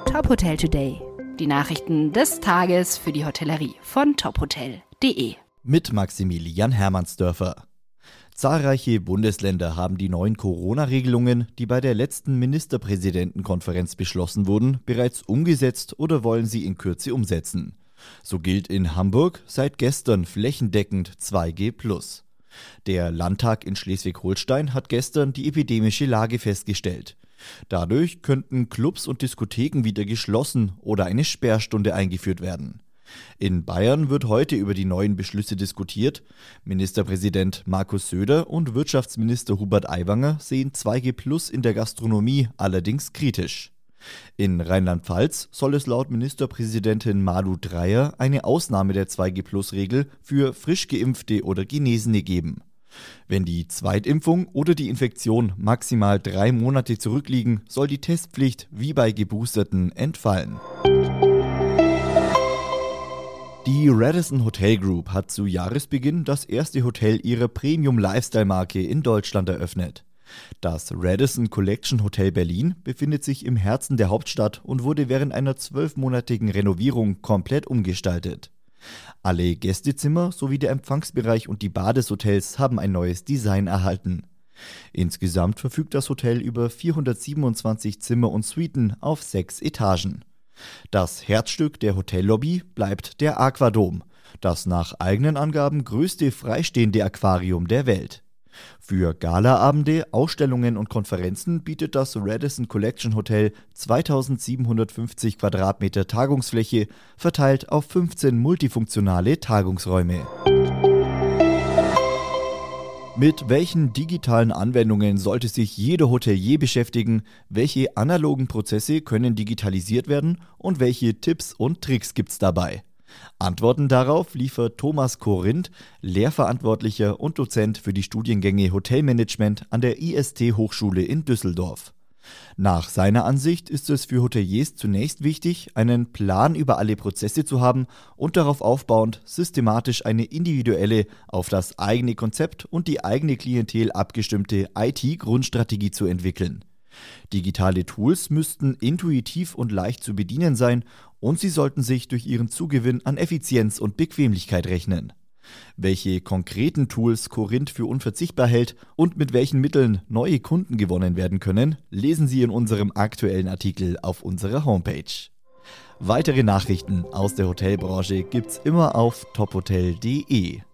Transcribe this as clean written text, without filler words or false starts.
Top Hotel Today. Die Nachrichten des Tages für die Hotellerie von tophotel.de. Mit Maximilian Hermannsdörfer. Zahlreiche Bundesländer haben die neuen Corona-Regelungen, die bei der letzten Ministerpräsidentenkonferenz beschlossen wurden, bereits umgesetzt oder wollen sie in Kürze umsetzen. So gilt in Hamburg seit gestern flächendeckend 2G+. Der Landtag in Schleswig-Holstein hat gestern die epidemische Lage festgestellt. Dadurch könnten Clubs und Diskotheken wieder geschlossen oder eine Sperrstunde eingeführt werden. In Bayern wird heute über die neuen Beschlüsse diskutiert. Ministerpräsident Markus Söder und Wirtschaftsminister Hubert Aiwanger sehen 2G+ in der Gastronomie allerdings kritisch. In Rheinland-Pfalz soll es laut Ministerpräsidentin Malu Dreyer eine Ausnahme der 2G+-Regel für frisch Geimpfte oder Genesene geben. Wenn die Zweitimpfung oder die Infektion maximal 3 Monate zurückliegen, soll die Testpflicht wie bei Geboosterten entfallen. Die Radisson Hotel Group hat zu Jahresbeginn das erste Hotel ihrer Premium-Lifestyle-Marke in Deutschland eröffnet. Das Radisson Collection Hotel Berlin befindet sich im Herzen der Hauptstadt und wurde während einer 12-monatigen Renovierung komplett umgestaltet. Alle Gästezimmer sowie der Empfangsbereich und die Bar des Hotels haben ein neues Design erhalten. Insgesamt verfügt das Hotel über 427 Zimmer und Suiten auf 6 Etagen. Das Herzstück der Hotellobby bleibt der Aquadom, das nach eigenen Angaben größte freistehende Aquarium der Welt. Für Galaabende, Ausstellungen und Konferenzen bietet das Radisson Collection Hotel 2750 Quadratmeter Tagungsfläche, verteilt auf 15 multifunktionale Tagungsräume. Mit welchen digitalen Anwendungen sollte sich jeder Hotelier beschäftigen? Welche analogen Prozesse können digitalisiert werden und welche Tipps und Tricks gibt's dabei? Antworten darauf liefert Thomas Korinth, Lehrverantwortlicher und Dozent für die Studiengänge Hotelmanagement an der IST Hochschule in Düsseldorf. Nach seiner Ansicht ist es für Hoteliers zunächst wichtig, einen Plan über alle Prozesse zu haben und darauf aufbauend systematisch eine individuelle, auf das eigene Konzept und die eigene Klientel abgestimmte IT-Grundstrategie zu entwickeln. Digitale Tools müssten intuitiv und leicht zu bedienen sein und sie sollten sich durch ihren Zugewinn an Effizienz und Bequemlichkeit rechnen. Welche konkreten Tools Korinth für unverzichtbar hält und mit welchen Mitteln neue Kunden gewonnen werden können, lesen Sie in unserem aktuellen Artikel auf unserer Homepage. Weitere Nachrichten aus der Hotelbranche gibt's immer auf tophotel.de.